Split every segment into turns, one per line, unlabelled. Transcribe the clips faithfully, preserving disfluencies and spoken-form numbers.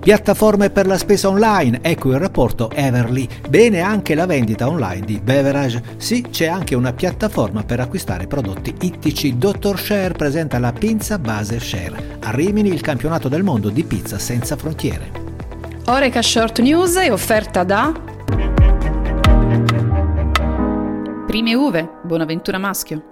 Piattaforme per la spesa online, ecco il rapporto Everly. Bene anche la vendita online di Beverage. Sì, c'è anche una piattaforma per acquistare prodotti ittici. Doctor Share presenta la Pinza Base Share. A Rimini il campionato del mondo di pizza senza frontiere.
Oreca Short News è offerta da Prime Uve, Bonaventura Maschio.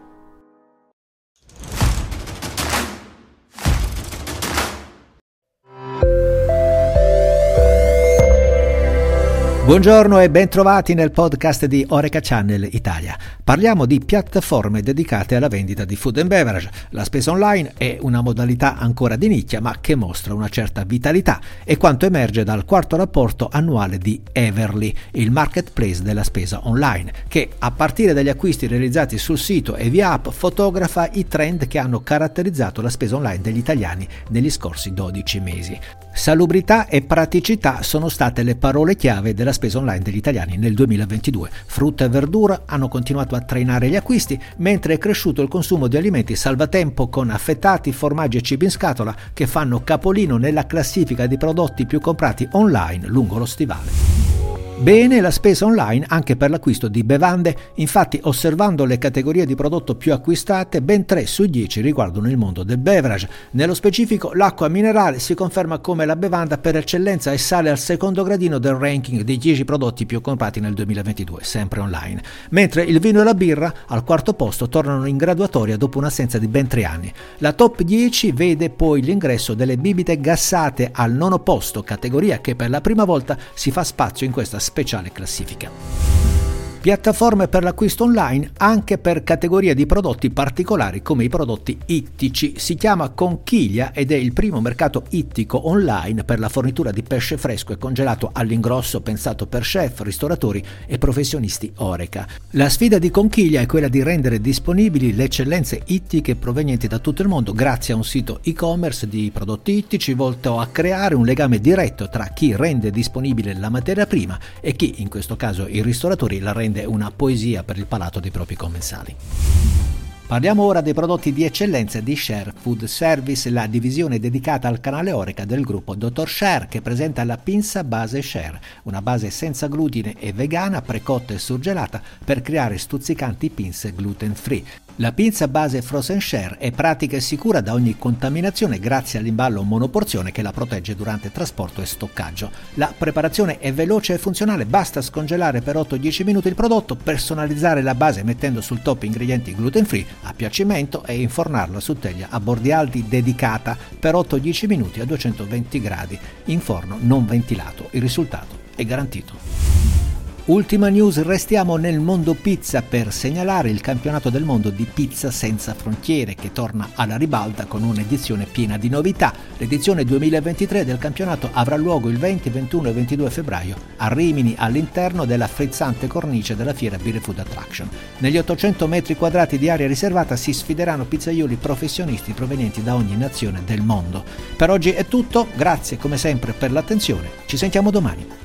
Buongiorno e bentrovati nel podcast di Oreca Channel Italia. Parliamo di piattaforme dedicate alla vendita di food and beverage. La spesa online è una modalità ancora di nicchia, ma che mostra una certa vitalità, e quanto emerge dal quarto rapporto annuale di Everly, il marketplace della spesa online, che a partire dagli acquisti realizzati sul sito e via app fotografa i trend che hanno caratterizzato la spesa online degli italiani negli scorsi dodici mesi. Salubrità e praticità sono state le parole chiave della spesa online degli italiani nel duemilaventidue. Frutta e verdura hanno continuato a trainare gli acquisti, mentre è cresciuto il consumo di alimenti salvatempo con affettati, formaggi e cibi in scatola che fanno capolino nella classifica di prodotti più comprati online lungo lo stivale. Bene la spesa online anche per l'acquisto di bevande, infatti osservando le categorie di prodotto più acquistate, ben tre su dieci riguardano il mondo del beverage. Nello specifico l'acqua minerale si conferma come la bevanda per eccellenza e sale al secondo gradino del ranking dei dieci prodotti più comprati nel duemilaventidue, sempre online, mentre il vino e la birra al quarto posto tornano in graduatoria dopo un'assenza di ben tre anni. La top dieci vede poi l'ingresso delle bibite gassate al nono posto, categoria che per la prima volta si fa spazio in questa speciale classifica. Piattaforme per l'acquisto online anche per categorie di prodotti particolari come i prodotti ittici. Si chiama Conchiglia ed è il primo mercato ittico online per la fornitura di pesce fresco e congelato all'ingrosso pensato per chef, ristoratori e professionisti Oreca. La sfida di Conchiglia è quella di rendere disponibili le eccellenze ittiche provenienti da tutto il mondo grazie a un sito e-commerce di prodotti ittici volto a creare un legame diretto tra chi rende disponibile la materia prima e chi, in questo caso i ristoratori, la rende una poesia per il palato dei propri commensali. Parliamo ora dei prodotti di eccellenza di Share Food Service, la divisione dedicata al canale Oreca del gruppo Doctor Share, che presenta la Pinza Base Share, una base senza glutine e vegana, precotta e surgelata per creare stuzzicanti pinze gluten free. La pinza base Frozen Share è pratica e sicura da ogni contaminazione grazie all'imballo monoporzione che la protegge durante trasporto e stoccaggio. La preparazione è veloce e funzionale, basta scongelare per otto dieci minuti il prodotto, personalizzare la base mettendo sul top ingredienti gluten free a piacimento e infornarla su teglia a bordi alti dedicata per otto dieci minuti a duecentoventi gradi in forno non ventilato. Il risultato è garantito. Ultima news, restiamo nel mondo pizza per segnalare il campionato del mondo di pizza senza frontiere che torna alla ribalta con un'edizione piena di novità. L'edizione duemilaventitré del campionato avrà luogo il venti, ventuno e ventidue febbraio a Rimini all'interno della frizzante cornice della fiera Beer Food Attraction. Negli ottocento metri quadrati di area riservata si sfideranno pizzaioli professionisti provenienti da ogni nazione del mondo. Per oggi è tutto, grazie come sempre per l'attenzione, ci sentiamo domani.